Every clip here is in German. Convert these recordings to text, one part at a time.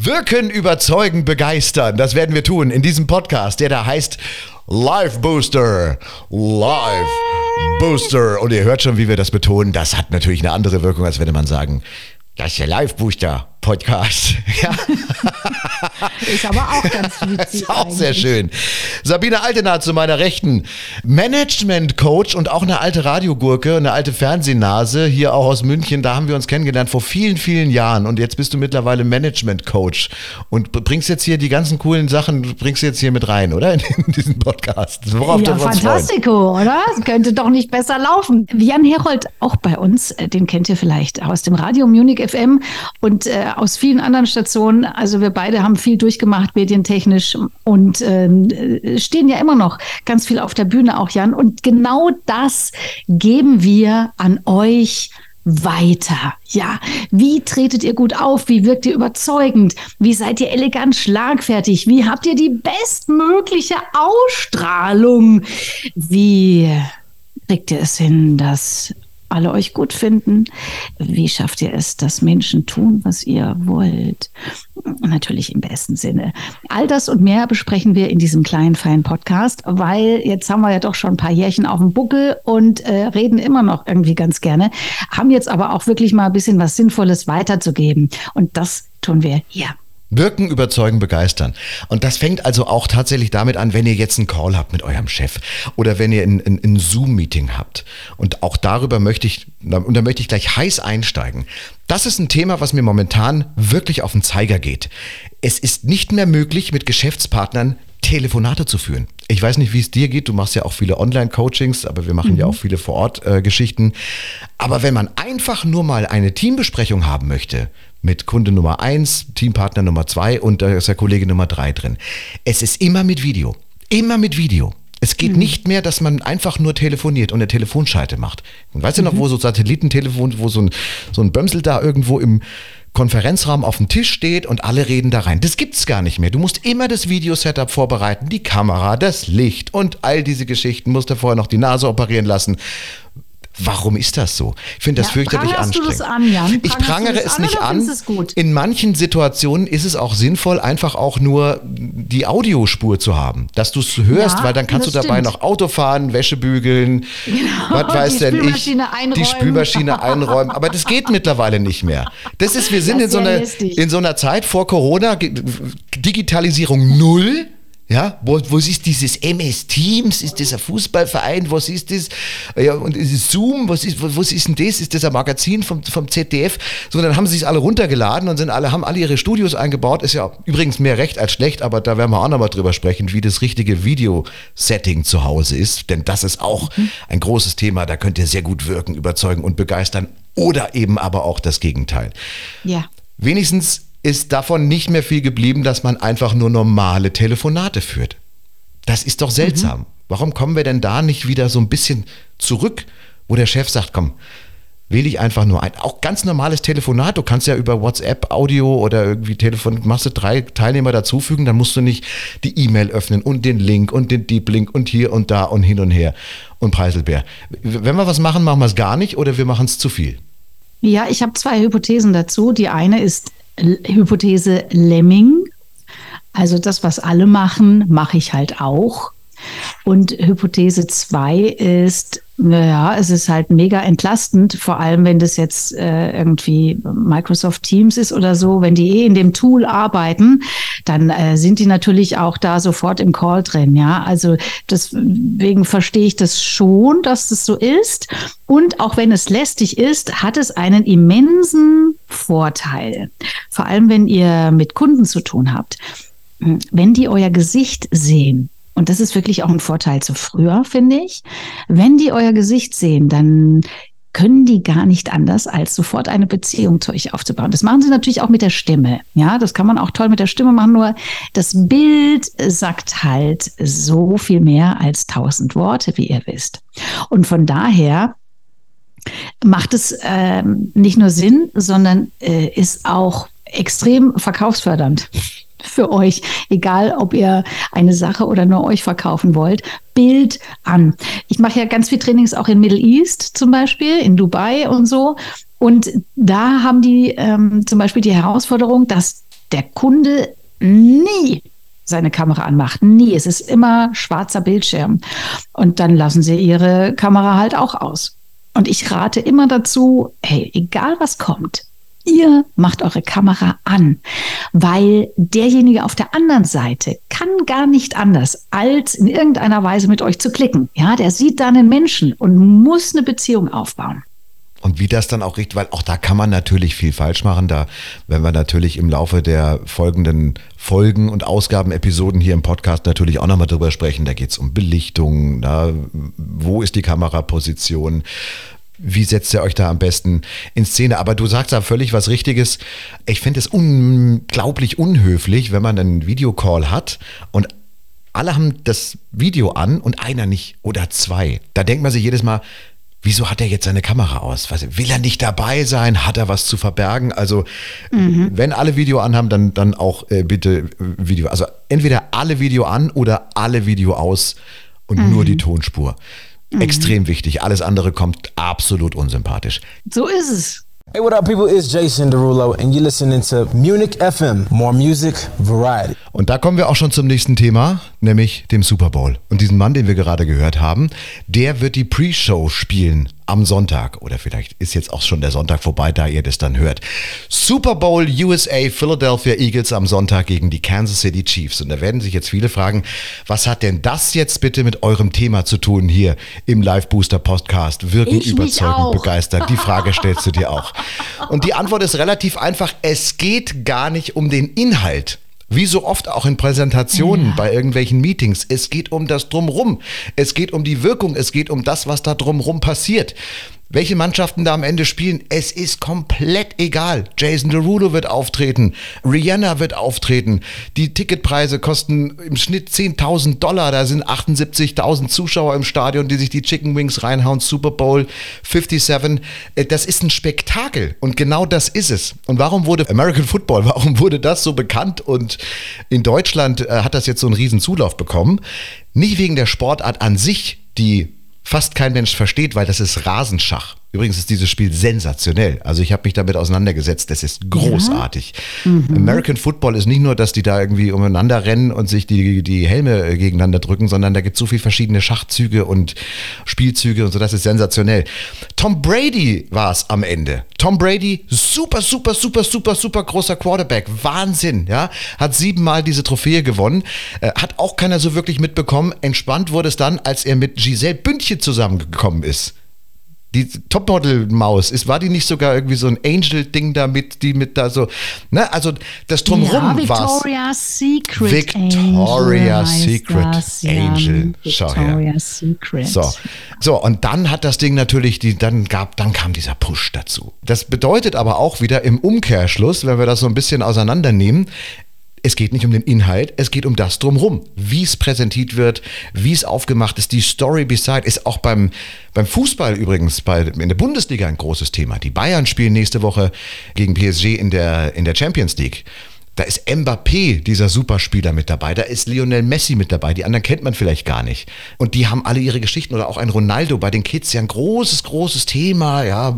Wirken, überzeugen, begeistern. Das werden wir tun in diesem Podcast, der da heißt Live Booster. Live Booster. Und ihr hört schon, wie wir das betonen. Das hat natürlich eine andere Wirkung, als würde man sagen, das ist der Live Booster Podcast. Ja. Ist aber auch ganz witzig. Das ist auch sehr schön. Sabine Altenath zu meiner Rechten. Management-Coach und auch eine alte Radiogurke, eine alte Fernsehnase, hier auch aus München. Da haben wir uns kennengelernt vor vielen, vielen Jahren. Und jetzt bist du mittlerweile Management-Coach und bringst jetzt hier die ganzen coolen Sachen, bringst du jetzt hier mit rein, oder? In diesen Podcast. Worauf ja, fantastico, oder? Es könnte doch nicht besser laufen. Jan Herold, auch bei uns, den kennt ihr vielleicht aus dem Radio Munich FM und aus vielen anderen Stationen. Also wir beide haben viel durchgemacht, medientechnisch und stehen ja immer noch ganz viel auf der Bühne auch, Jan. Und genau das geben wir an euch weiter. Ja, wie tretet ihr gut auf? Wie wirkt ihr überzeugend? Wie seid ihr elegant schlagfertig? Wie habt ihr die bestmögliche Ausstrahlung? Wie kriegt ihr es hin, dass alle euch gut finden? Wie schafft ihr es, dass Menschen tun, was ihr wollt? Natürlich im besten Sinne. All das und mehr besprechen wir in diesem kleinen, feinen Podcast, weil jetzt haben wir ja doch schon ein paar Jährchen auf dem Buckel und reden immer noch irgendwie ganz gerne, haben jetzt aber auch wirklich mal ein bisschen was Sinnvolles weiterzugeben. Und das tun wir hier. Wirken, überzeugen, begeistern. Und das fängt also auch tatsächlich damit an, wenn ihr jetzt einen Call habt mit eurem Chef oder wenn ihr ein Zoom-Meeting habt. Und auch darüber möchte ich gleich heiß einsteigen. Das ist ein Thema, was mir momentan wirklich auf den Zeiger geht. Es ist nicht mehr möglich, mit Geschäftspartnern Telefonate zu führen. Ich weiß nicht, wie es dir geht. Du machst ja auch viele Online-Coachings, aber wir machen ja auch viele Vor-Ort-Geschichten. Aber wenn man einfach nur mal eine Teambesprechung haben möchte, mit Kunde Nummer 1, Teampartner Nummer 2 und da ist der Kollege Nummer 3 drin. Es ist immer mit Video. Immer mit Video. Es geht nicht mehr, dass man einfach nur telefoniert und eine Telefonschalte macht. Und weißt du noch, wo so Satellitentelefon, wo so ein Bömsel da irgendwo im Konferenzraum auf dem Tisch steht und alle reden da rein. Das gibt's gar nicht mehr. Du musst immer das Video-Setup vorbereiten, die Kamera, das Licht und all diese Geschichten. Musst du vorher noch die Nase operieren lassen. Warum ist das so? Ich finde das fürchterlich anstrengend. Du das an, Jan? Ich prangere es nicht an. In manchen Situationen ist es auch sinnvoll, einfach auch nur die Audiospur zu haben, dass du es hörst, weil dann kannst du dabei noch Auto fahren, Wäsche bügeln, was weiß denn ich, die Spülmaschine einräumen. Aber das geht mittlerweile nicht mehr. Wir sind in so einer Zeit vor Corona, Digitalisierung 0. Ja, was ist dieses MS Teams? Ist das ein Fußballverein? Was ist das? Ja, und ist es Zoom? Was ist denn das? Ist das ein Magazin vom ZDF? So, dann haben sie sich alle runtergeladen und haben alle ihre Studios eingebaut. Ist ja übrigens mehr recht als schlecht, aber da werden wir auch nochmal drüber sprechen, wie das richtige Video-Setting zu Hause ist. Denn das ist auch ein großes Thema. Da könnt ihr sehr gut wirken, überzeugen und begeistern. Oder eben aber auch das Gegenteil. Ja. Wenigstens ist davon nicht mehr viel geblieben, dass man einfach nur normale Telefonate führt. Das ist doch seltsam. Warum kommen wir denn da nicht wieder so ein bisschen zurück, wo der Chef sagt, komm, wähle ich einfach nur ein. Auch ganz normales Telefonat, du kannst ja über WhatsApp, Audio oder irgendwie Telefon, machst du 3 Teilnehmer dazufügen, dann musst du nicht die E-Mail öffnen und den Link und den Deep Link und hier und da und hin und her und Preiselbeer. Wenn wir was machen, machen wir es gar nicht oder wir machen es zu viel. Ja, ich habe 2 Hypothesen dazu. Die eine ist Hypothese Lemming. Also das, was alle machen, mache ich halt auch. Und Hypothese 2 ist, naja, es ist halt mega entlastend, vor allem wenn das jetzt irgendwie Microsoft Teams ist oder so, wenn die in dem Tool arbeiten, dann sind die natürlich auch da sofort im Call drin, ja. Also deswegen verstehe ich das schon, dass das so ist. Und auch wenn es lästig ist, hat es einen immensen Vorteil. Vor allem, wenn ihr mit Kunden zu tun habt. Wenn die euer Gesicht sehen, und das ist wirklich auch ein Vorteil zu früher, finde ich. Wenn die euer Gesicht sehen, dann können die gar nicht anders, als sofort eine Beziehung zu euch aufzubauen. Das machen sie natürlich auch mit der Stimme. Ja, das kann man auch toll mit der Stimme machen, nur das Bild sagt halt so viel mehr als 1000 Worte, wie ihr wisst. Und von daher macht es nicht nur Sinn, sondern ist auch extrem verkaufsfördernd für euch, egal ob ihr eine Sache oder nur euch verkaufen wollt. Bild an. Ich mache ja ganz viel Trainings auch in Middle East zum Beispiel, in Dubai und so. Und da haben die zum Beispiel die Herausforderung, dass der Kunde nie seine Kamera anmacht. Nie. Es ist immer schwarzer Bildschirm. Und dann lassen sie ihre Kamera halt auch aus. Und ich rate immer dazu, hey, egal was kommt, ihr macht eure Kamera an, weil derjenige auf der anderen Seite kann gar nicht anders, als in irgendeiner Weise mit euch zu klicken. Ja, der sieht da einen Menschen und muss eine Beziehung aufbauen. Und wie das dann auch richtig, weil auch da kann man natürlich viel falsch machen. Da werden wir natürlich im Laufe der folgenden Folgen und Ausgabenepisoden hier im Podcast natürlich auch nochmal drüber sprechen. Da geht es um Belichtung, wo ist die Kameraposition, wie setzt ihr euch da am besten in Szene? Aber du sagst da völlig was Richtiges. Ich finde es unglaublich unhöflich, wenn man einen Videocall hat und alle haben das Video an und einer nicht oder zwei. Da denkt man sich jedes Mal, wieso hat er jetzt seine Kamera aus? Will er nicht dabei sein? Hat er was zu verbergen? Also wenn alle Video anhaben, dann auch bitte Video. Also entweder alle Video an oder alle Video aus und nur die Tonspur. Extrem wichtig. Alles andere kommt absolut unsympathisch. So ist es. Hey, what up, people? It's Jason Derulo, and you're listening to Munich FM. More music, variety. Und da kommen wir auch schon zum nächsten Thema, nämlich dem Super Bowl. Und diesen Mann, den wir gerade gehört haben, der wird die Pre-Show spielen am Sonntag. Oder vielleicht ist jetzt auch schon der Sonntag vorbei, da ihr das dann hört. Super Bowl USA Philadelphia Eagles am Sonntag gegen die Kansas City Chiefs. Und da werden sich jetzt viele fragen, was hat denn das jetzt bitte mit eurem Thema zu tun hier im Live Booster Podcast? Wirken, überzeugen, begeistern. Die Frage stellst du dir auch. Und die Antwort ist relativ einfach. Es geht gar nicht um den Inhalt. Wie so oft auch in Präsentationen bei irgendwelchen Meetings. Es geht um das Drumrum. Es geht um die Wirkung. Es geht um das, was da drumrum passiert. Welche Mannschaften da am Ende spielen, es ist komplett egal. Jason Derulo wird auftreten, Rihanna wird auftreten. Die Ticketpreise kosten im Schnitt $10.000. Da sind 78.000 Zuschauer im Stadion, die sich die Chicken Wings reinhauen. Super Bowl 57. Das ist ein Spektakel und genau das ist es. Und warum wurde American Football, warum wurde das so bekannt? Und in Deutschland hat das jetzt so einen riesen Zulauf bekommen. Nicht wegen der Sportart an sich, die fast kein Mensch versteht, weil das ist Rasenschach. Übrigens ist dieses Spiel sensationell. Also ich habe mich damit auseinandergesetzt. Das ist großartig. American Football ist nicht nur, dass die da irgendwie umeinander rennen und sich die Helme gegeneinander drücken, sondern da gibt es so viele verschiedene Schachzüge und Spielzüge und so. Das ist sensationell. Tom Brady war es am Ende. Tom Brady, super großer Quarterback. Wahnsinn, ja. Hat 7-mal diese Trophäe gewonnen. Hat auch keiner so wirklich mitbekommen. Entspannt wurde es dann, als er mit Gisele Bündchen zusammengekommen ist. Die Topmodel-Maus, war die nicht sogar irgendwie so ein Angel-Ding damit, die mit da so, ne, also das Drumherum war's. Victoria's Secret Victoria's Secret Angel. Schau her. Victoria's Secret. So, und dann hat das Ding natürlich, dann kam dieser Push dazu. Das bedeutet aber auch wieder im Umkehrschluss, wenn wir das so ein bisschen auseinandernehmen, es geht nicht um den Inhalt, es geht um das Drumherum. Wie es präsentiert wird, wie es aufgemacht ist, die Story beside ist auch beim Fußball übrigens in der Bundesliga ein großes Thema. Die Bayern spielen nächste Woche gegen PSG in der Champions League. Da ist Mbappé, dieser Superspieler, mit dabei. Da ist Lionel Messi mit dabei. Die anderen kennt man vielleicht gar nicht. Und die haben alle ihre Geschichten. Oder auch ein Ronaldo bei den Kids, ja ein großes Thema. Ja,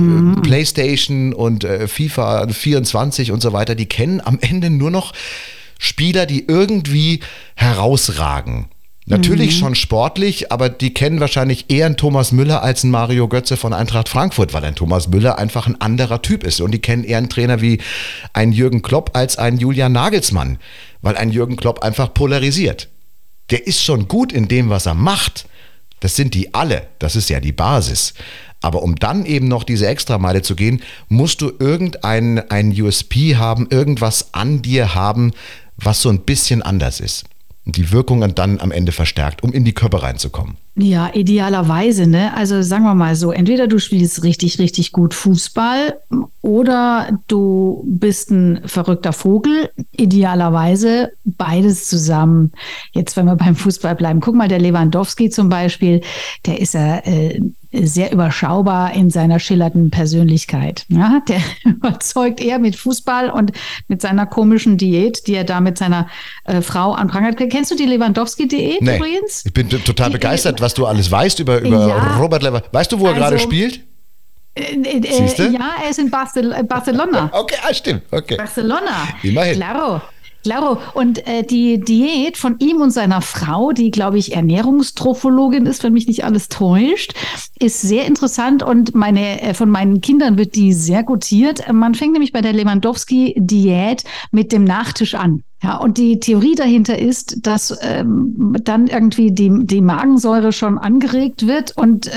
PlayStation und FIFA 24 und so weiter. Die kennen am Ende nur noch Spieler, die irgendwie herausragen. Natürlich schon sportlich, aber die kennen wahrscheinlich eher einen Thomas Müller als einen Mario Götze von Eintracht Frankfurt, weil ein Thomas Müller einfach ein anderer Typ ist. Und die kennen eher einen Trainer wie einen Jürgen Klopp als einen Julian Nagelsmann, weil ein Jürgen Klopp einfach polarisiert. Der ist schon gut in dem, was er macht. Das sind die alle. Das ist ja die Basis. Aber um dann eben noch diese Extrameile zu gehen, musst du ein USP haben, irgendwas an dir haben, was so ein bisschen anders ist. Und die Wirkung dann am Ende verstärkt, um in die Körper reinzukommen. Ja, idealerweise, ne? Also sagen wir mal so, entweder du spielst richtig gut Fußball oder du bist ein verrückter Vogel. Idealerweise beides zusammen. Jetzt, wenn wir beim Fußball bleiben, guck mal, der Lewandowski zum Beispiel, der ist ja sehr überschaubar in seiner schillernden Persönlichkeit. Ja, der überzeugt eher mit Fußball und mit seiner komischen Diät, die er da mit seiner Frau anprangert. Kennst du die Lewandowski-Diät übrigens? Ich bin total begeistert, was du alles weißt über Robert Lewandowski. Weißt du, wo er gerade spielt? Ja, er ist in Barcelona. Okay, stimmt. Okay. Barcelona. Immerhin. Claro. Und die Diät von ihm und seiner Frau, die, glaube ich, Ernährungstrophologin ist, wenn mich nicht alles täuscht, ist sehr interessant und von meinen Kindern wird die sehr gutiert. Man fängt nämlich bei der Lewandowski-Diät mit dem Nachtisch an. Ja, und die Theorie dahinter ist, dass dann irgendwie die Magensäure schon angeregt wird und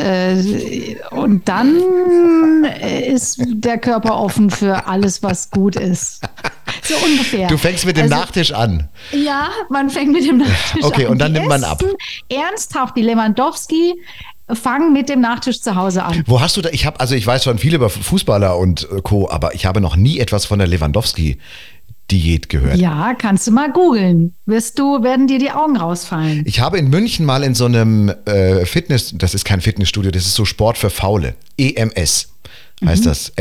dann ist der Körper offen für alles, was gut ist. So ungefähr. Du fängst mit dem Nachtisch an. Ja, man fängt mit dem Nachtisch an. Okay, und dann nimmt man ab. Ernsthaft, die Lewandowski fangen mit dem Nachtisch zu Hause an. Wo hast du da, ich weiß schon viel über Fußballer und Co., aber ich habe noch nie etwas von der Lewandowski-Diät gehört. Ja, kannst du mal googeln. Werden dir die Augen rausfallen. Ich habe in München mal in so einem das ist kein Fitnessstudio, das ist so Sport für Faule, EMS. Heißt das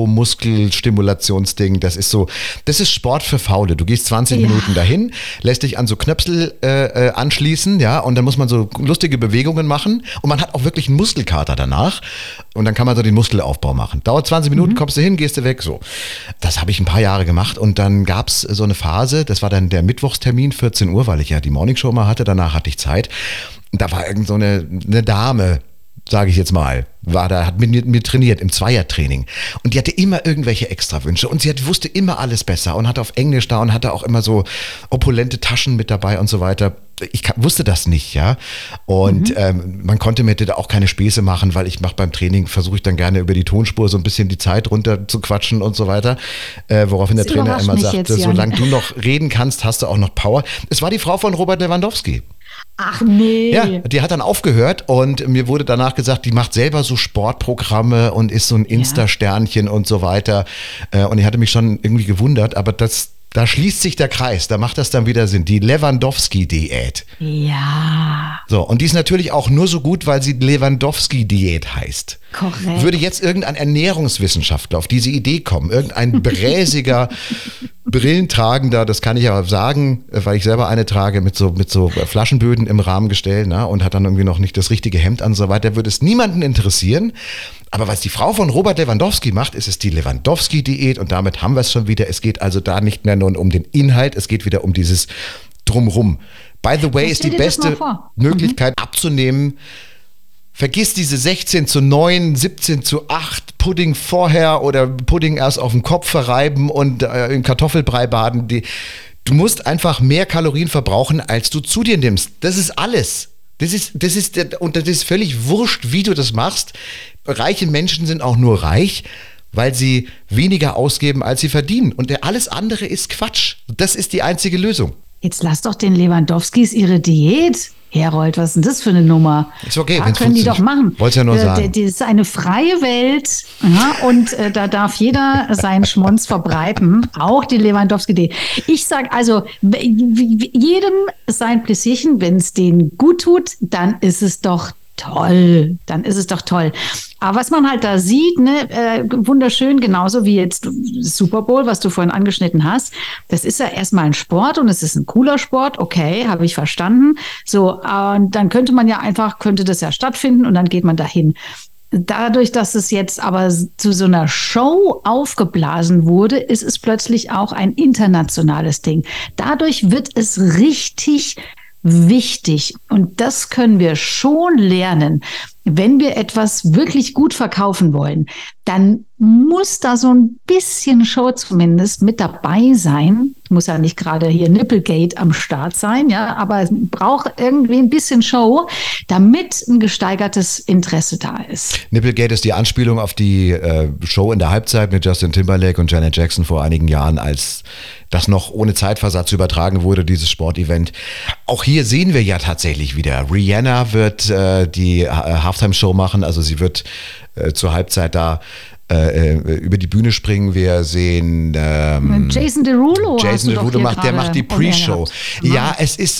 Elektromuskelstimulationsding, das ist Sport für Faule. Du gehst 20 Minuten dahin, lässt dich an so Knöpsel anschließen, ja, und dann muss man so lustige Bewegungen machen und man hat auch wirklich einen Muskelkater danach und dann kann man so den Muskelaufbau machen. Dauert 20 Minuten, kommst du hin, gehst du weg, so. Das habe ich ein paar Jahre gemacht und dann gab es so eine Phase, das war dann der Mittwochstermin, 14 Uhr, weil ich ja die Morningshow mal hatte, danach hatte ich Zeit. Und da war irgend so eine Dame, sage ich jetzt mal, hat mit mir trainiert im Zweiertraining und die hatte immer irgendwelche Extrawünsche und sie wusste immer alles besser und hatte auf Englisch da und hatte auch immer so opulente Taschen mit dabei und so weiter. Ich wusste das nicht, ja, und man konnte mir da auch keine Späße machen, weil versuche ich dann gerne über die Tonspur so ein bisschen die Zeit runter zu quatschen und so weiter, woraufhin der Trainer immer sagte, solange du noch reden kannst, hast du auch noch Power. Es war die Frau von Robert Lewandowski. Ach nee. Ja, die hat dann aufgehört und mir wurde danach gesagt, die macht selber so Sportprogramme und ist so ein Insta-Sternchen und so weiter. Und ich hatte mich schon irgendwie gewundert, aber da schließt sich der Kreis, da macht das dann wieder Sinn. Die Lewandowski-Diät. Ja. So, und die ist natürlich auch nur so gut, weil sie Lewandowski-Diät heißt. Korrekt. Würde jetzt irgendein Ernährungswissenschaftler auf diese Idee kommen, irgendein bräsiger, brillentragender, das kann ich aber sagen, weil ich selber eine trage mit so Flaschenböden im Rahmengestell, ne, und hat dann irgendwie noch nicht das richtige Hemd an und so weiter, würde es niemanden interessieren. Aber was die Frau von Robert Lewandowski macht, ist es die Lewandowski-Diät und damit haben wir es schon wieder. Es geht also da nicht mehr nur um den Inhalt, es geht wieder um dieses Drumrum. By the way, ist die beste Möglichkeit abzunehmen. Vergiss diese 16:9, 17:8 Pudding vorher oder Pudding erst auf den Kopf verreiben und im Kartoffelbrei baden. Du musst einfach mehr Kalorien verbrauchen, als du zu dir nimmst. Das ist alles. Das ist völlig wurscht, wie du das machst. Reiche Menschen sind auch nur reich, weil sie weniger ausgeben, als sie verdienen. Und alles andere ist Quatsch. Das ist die einzige Lösung. Jetzt lass doch den Lewandowskis ihre Diät. Herold, was ist denn das für eine Nummer? Ist okay, ja, können die doch machen. Wollt's ja nur sagen. Das ist eine freie Welt, ja, und da darf jeder seinen Schmonz verbreiten, auch die Lewandowski-Diät. Ich sage also, jedem sein Pläsierchen, wenn es denen gut tut, dann ist es doch toll. Aber was man halt da sieht, ne, wunderschön, genauso wie jetzt Super Bowl, was du vorhin angeschnitten hast, das ist ja erstmal ein Sport und es ist ein cooler Sport, okay, habe ich verstanden. So, und dann könnte das ja stattfinden und dann geht man dahin. Dadurch, dass es jetzt aber zu so einer Show aufgeblasen wurde, ist es plötzlich auch ein internationales Ding. Dadurch wird es richtig wichtig. Und das können wir schon lernen. Wenn wir etwas wirklich gut verkaufen wollen, dann muss da so ein bisschen Show zumindest mit dabei sein. Muss ja nicht gerade hier Nipplegate am Start sein, ja, aber es braucht irgendwie ein bisschen Show, damit ein gesteigertes Interesse da ist. Nipplegate ist die Anspielung auf die Show in der Halbzeit mit Justin Timberlake und Janet Jackson vor einigen Jahren, als das noch ohne Zeitversatz übertragen wurde, dieses Sportevent. Auch hier sehen wir ja tatsächlich wieder, Rihanna wird die Halftime-Show machen, also sie wird zur Halbzeit da über die Bühne springen. Wir sehen Jason Derulo. Der macht die Pre-Show. Ja,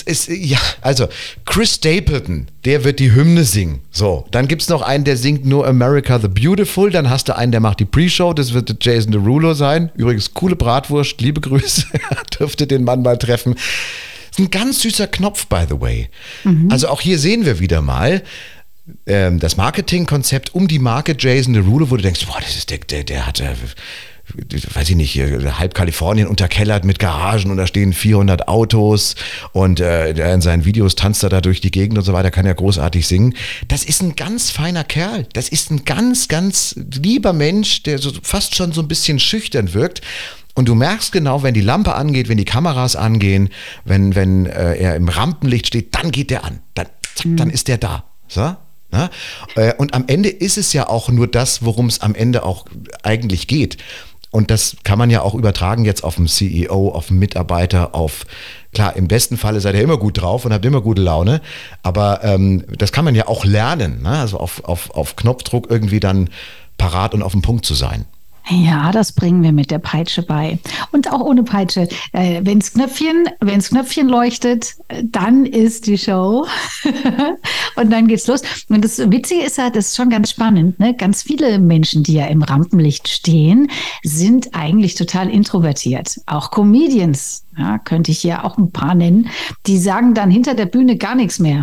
also Chris Stapleton, der wird die Hymne singen. So, dann gibt's noch einen, der singt nur America the Beautiful. Dann hast du einen, der macht die Pre-Show. Das wird Jason Derulo sein. Übrigens, coole Bratwurst, liebe Grüße. Dürfte den Mann mal treffen. Ist ein ganz süßer Knopf, by the way. Also auch hier sehen wir wieder mal, das Marketingkonzept um die Marke Jason Derulo, wo du denkst, boah, das ist der hat, weiß ich nicht, halb Kalifornien unterkellert mit Garagen und da stehen 400 Autos und der in seinen Videos tanzt er da durch die Gegend und so weiter, kann ja großartig singen. Das ist ein ganz feiner Kerl. Das ist ein ganz, ganz lieber Mensch, der so fast schon so ein bisschen schüchtern wirkt. Und du merkst genau, wenn die Lampe angeht, wenn die Kameras angehen, wenn er im Rampenlicht steht, dann geht der an. Dann ist der da. So? Na? Und am Ende ist es ja auch nur das, worum es am Ende auch eigentlich geht. Und das kann man ja auch übertragen jetzt auf den CEO, auf den Mitarbeiter, klar, im besten Falle seid ihr immer gut drauf und habt immer gute Laune, aber das kann man ja auch lernen, ne? Also auf Knopfdruck irgendwie dann parat und auf den Punkt zu sein. Ja, das bringen wir mit der Peitsche bei. Und auch ohne Peitsche. Wenn's Knöpfchen leuchtet, dann ist die Show. Und dann geht's los. Und das Witzige ist ja, das ist schon ganz spannend, ne? Ganz viele Menschen, die ja im Rampenlicht stehen, sind eigentlich total introvertiert. Auch Comedians, ja, könnte ich hier auch ein paar nennen, die sagen dann hinter der Bühne gar nichts mehr.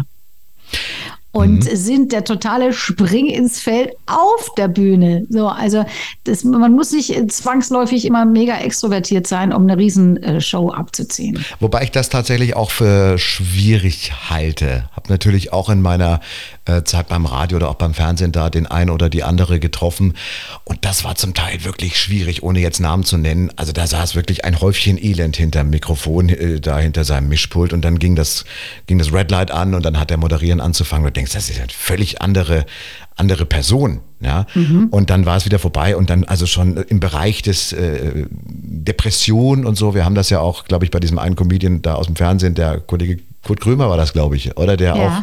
Und sind der totale Spring ins Feld auf der Bühne. So, also man muss nicht zwangsläufig immer mega extrovertiert sein, um eine Riesenshow abzuziehen. Wobei ich das tatsächlich auch für schwierig halte. Habe natürlich auch in meiner Zeit beim Radio oder auch beim Fernsehen da den einen oder die andere getroffen. Und das war zum Teil wirklich schwierig, ohne jetzt Namen zu nennen. Also da saß wirklich ein Häufchen Elend hinterm Mikrofon, da hinter seinem Mischpult. Und dann ging das Red Light an und dann hat der Moderieren anzufangen. Und du denkst, das ist eine völlig andere Person. Ja? Und dann war es wieder vorbei und dann also schon im Bereich des Depression und so. Wir haben das ja auch, glaube ich, bei diesem einen Comedian da aus dem Fernsehen, der Kollege Kurt Krömer war das, glaube ich, oder der auch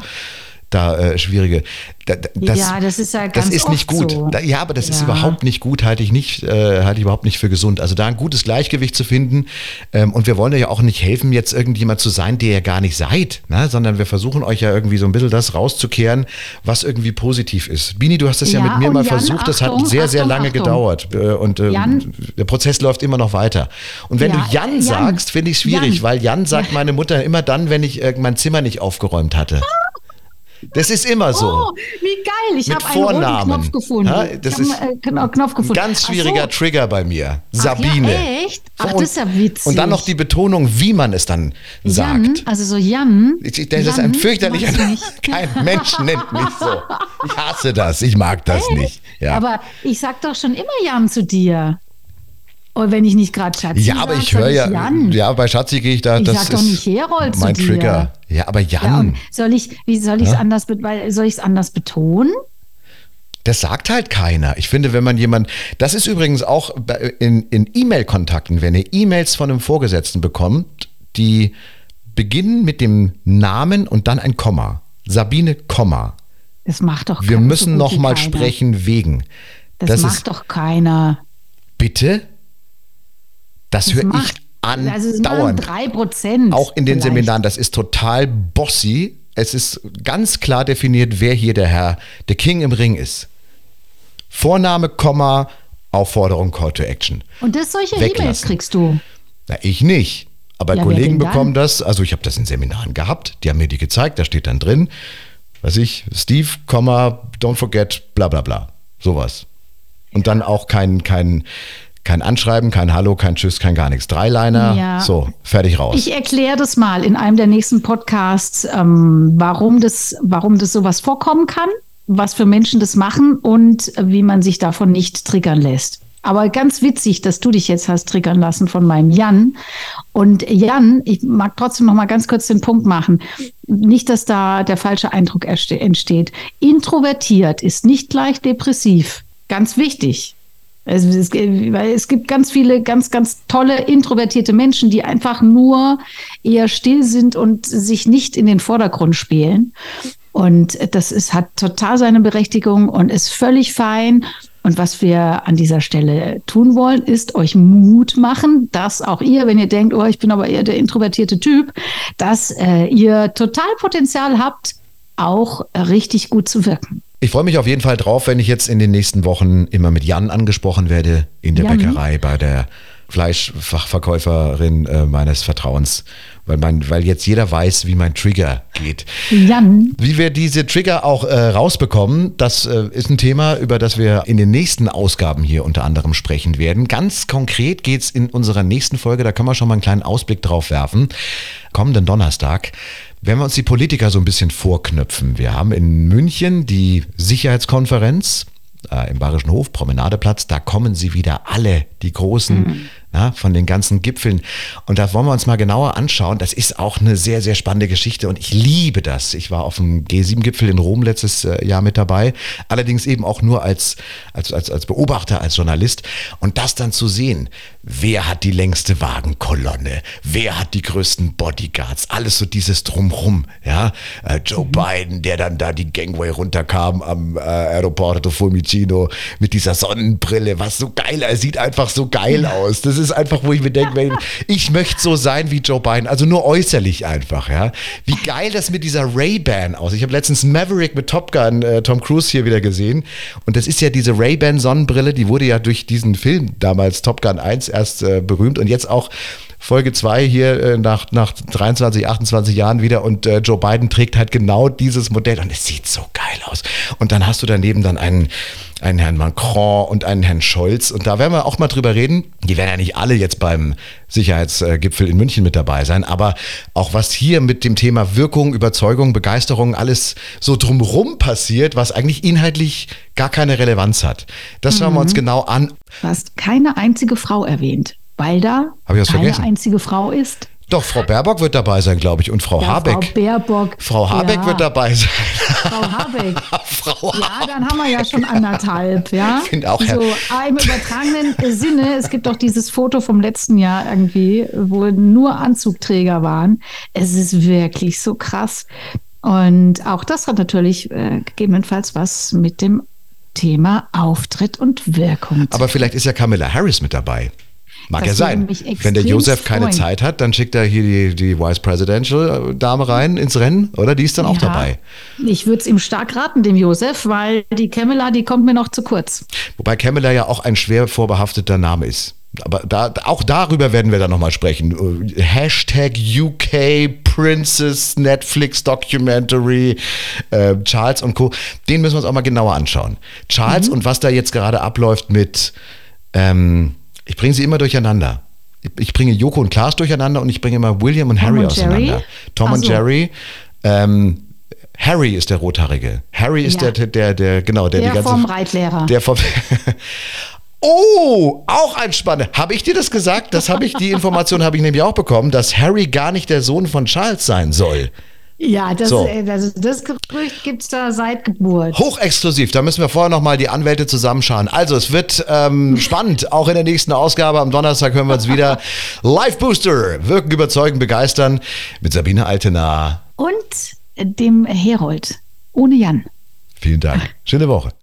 da schwierige. Das ist ja ganz das ist nicht gut. So. Ja, aber das ist überhaupt nicht gut, halte ich überhaupt nicht für gesund. Also da ein gutes Gleichgewicht zu finden. Und wir wollen ja auch nicht helfen, jetzt irgendjemand zu sein, der ihr gar nicht seid, ne? Sondern wir versuchen euch ja irgendwie so ein bisschen das rauszukehren, was irgendwie positiv ist. Bini, du hast das ja mit mir mal versucht. Das hat sehr, sehr lange gedauert. Und der Prozess läuft immer noch weiter. Und wenn du Jan sagst, finde ich es schwierig, weil Jan sagt meine Mutter immer dann, wenn ich mein Zimmer nicht aufgeräumt hatte. Das ist immer so. Oh, wie geil. Ich habe einen roten Knopf gefunden. Ja, das ist ein ganz schwieriger Trigger bei mir. Sabine. Ja, echt? Ach, das ist ja witzig. Und dann noch die Betonung, wie man es dann sagt. Jan, also so Jan. Das ist ein fürchterlicher... Kein Mensch nennt mich so. Ich hasse das. Ich mag das nicht. Ja. Aber ich sag doch schon immer Jan zu dir. Oder wenn ich nicht gerade Schatzi sage. Ja, aber ich höre ja, bei Schatzi gehe ich da, ich das sag doch nicht Herold mein zu dir. Trigger. Ja, aber Jan. Ja, wie soll ich es anders betonen? Das sagt halt keiner. Ich finde, wenn man das ist übrigens auch in E-Mail-Kontakten, wenn ihr E-Mails von einem Vorgesetzten bekommt, die beginnen mit dem Namen und dann ein Komma. Sabine, Komma. Das macht doch keiner. Wir müssen noch mal sprechen wegen. Das macht doch keiner. Bitte? Das höre ich andauernd. Also es machen 3%. Auch in den Seminaren. Das ist total bossy. Es ist ganz klar definiert, wer hier der King im Ring ist. Vorname, Komma, Aufforderung, Call to Action. Und solche E-Mails kriegst du? Na, ich nicht. Aber Kollegen bekommen das. Also ich habe das in Seminaren gehabt. Die haben mir die gezeigt. Da steht dann drin, Steve, don't forget, bla bla bla. Sowas. Und dann auch kein Anschreiben, kein Hallo, kein Tschüss, kein gar nichts. Dreiliner, so, fertig raus. Ich erkläre das mal in einem der nächsten Podcasts, warum das sowas vorkommen kann, was für Menschen das machen und wie man sich davon nicht triggern lässt. Aber ganz witzig, dass du dich jetzt hast triggern lassen von meinem Jan. Und Jan, ich mag trotzdem noch mal ganz kurz den Punkt machen. Nicht, dass da der falsche Eindruck entsteht. Introvertiert ist nicht gleich depressiv. Ganz wichtig. Weil es gibt ganz viele ganz, ganz tolle introvertierte Menschen, die einfach nur eher still sind und sich nicht in den Vordergrund spielen. Und hat total seine Berechtigung und ist völlig fein. Und was wir an dieser Stelle tun wollen, ist euch Mut machen, dass auch ihr, wenn ihr denkt, ich bin aber eher der introvertierte Typ, dass ihr total Potenzial habt, auch richtig gut zu wirken. Ich freue mich auf jeden Fall drauf, wenn ich jetzt in den nächsten Wochen immer mit Jan angesprochen werde in der Bäckerei bei der Fleischfachverkäuferin meines Vertrauens, weil jetzt jeder weiß, wie mein Trigger geht. Jan. Wie wir diese Trigger auch rausbekommen, das ist ein Thema, über das wir in den nächsten Ausgaben hier unter anderem sprechen werden. Ganz konkret geht's in unserer nächsten Folge, da können wir schon mal einen kleinen Ausblick drauf werfen. Kommenden Donnerstag werden wir uns die Politiker so ein bisschen vorknöpfen. Wir haben in München die Sicherheitskonferenz im Bayerischen Hof, Promenadeplatz, da kommen sie wieder alle, die großen von den ganzen Gipfeln. Und da wollen wir uns mal genauer anschauen. Das ist auch eine sehr, sehr spannende Geschichte und ich liebe das. Ich war auf dem G7-Gipfel in Rom letztes Jahr mit dabei, allerdings eben auch nur als Beobachter, als Journalist. Und das dann zu sehen, wer hat die längste Wagenkolonne, wer hat die größten Bodyguards, alles so dieses Drumrum. Ja? Joe Biden, der dann da die Gangway runterkam am Aeroporto Fiumicino mit dieser Sonnenbrille, was so geil, er sieht einfach so geil aus. Das ist einfach, wo ich mir denke, ich möchte so sein wie Joe Biden, also nur äußerlich einfach. Ja? Wie geil das mit dieser Ray-Ban aussieht. Ich habe letztens Maverick mit Top Gun, Tom Cruise hier wieder gesehen und das ist ja diese Ray-Ban Sonnenbrille, die wurde ja durch diesen Film damals Top Gun 1 erst berühmt und jetzt auch Folge 2 hier nach 23, 28 Jahren wieder und Joe Biden trägt halt genau dieses Modell und es sieht so geil aus. Und dann hast du daneben dann einen Herrn Macron und einen Herrn Scholz und da werden wir auch mal drüber reden. Die werden ja nicht alle jetzt beim Sicherheitsgipfel in München mit dabei sein, aber auch was hier mit dem Thema Wirkung, Überzeugung, Begeisterung, alles so drumherum passiert, was eigentlich inhaltlich gar keine Relevanz hat. Das schauen wir uns genau an. Du hast keine einzige Frau erwähnt, weil da keine einzige Frau ist. Doch, Frau Baerbock wird dabei sein, glaube ich, und Frau Habeck. Frau Habeck wird dabei sein. Frau Habeck. Ja, dann haben wir ja schon anderthalb. Ja? Ich finde auch, so, im übertragenen Sinne, es gibt doch dieses Foto vom letzten Jahr irgendwie, wo nur Anzugträger waren. Es ist wirklich so krass. Und auch das hat natürlich gegebenenfalls was mit dem Thema Auftritt und Wirkung. Aber vielleicht ist ja Kamala Harris mit dabei. Mag ja sein. Wenn der Josef keine Zeit hat, dann schickt er hier die Vice Presidential Dame rein ins Rennen, oder? Die ist dann auch dabei. Ich würde es ihm stark raten, dem Josef, weil die Kamala, die kommt mir noch zu kurz. Wobei Kamala ja auch ein schwer vorbehafteter Name ist. Aber auch darüber werden wir dann nochmal sprechen. Hashtag UK Princess Netflix Documentary, Charles und Co. Den müssen wir uns auch mal genauer anschauen. Charles und was da jetzt gerade abläuft mit ich bringe sie immer durcheinander. Ich bringe Joko und Klaas durcheinander und ich bringe immer William und Harry auseinander. Tom und Jerry. Harry ist der Rothaarige. Harry ist der die ganze... vom Reitlehrer. Oh, auch ein Spannender. Habe ich dir das gesagt? Die Information habe ich nämlich auch bekommen, dass Harry gar nicht der Sohn von Charles sein soll. Ja, das Gerücht gibt es da seit Geburt. Hochexklusiv, da müssen wir vorher nochmal die Anwälte zusammenschauen. Also es wird spannend, auch in der nächsten Ausgabe. Am Donnerstag hören wir uns wieder. Live Booster, wirken, überzeugen, begeistern mit Sabine Altenahr. Und dem Herold, ohne Jan. Vielen Dank, schöne Woche.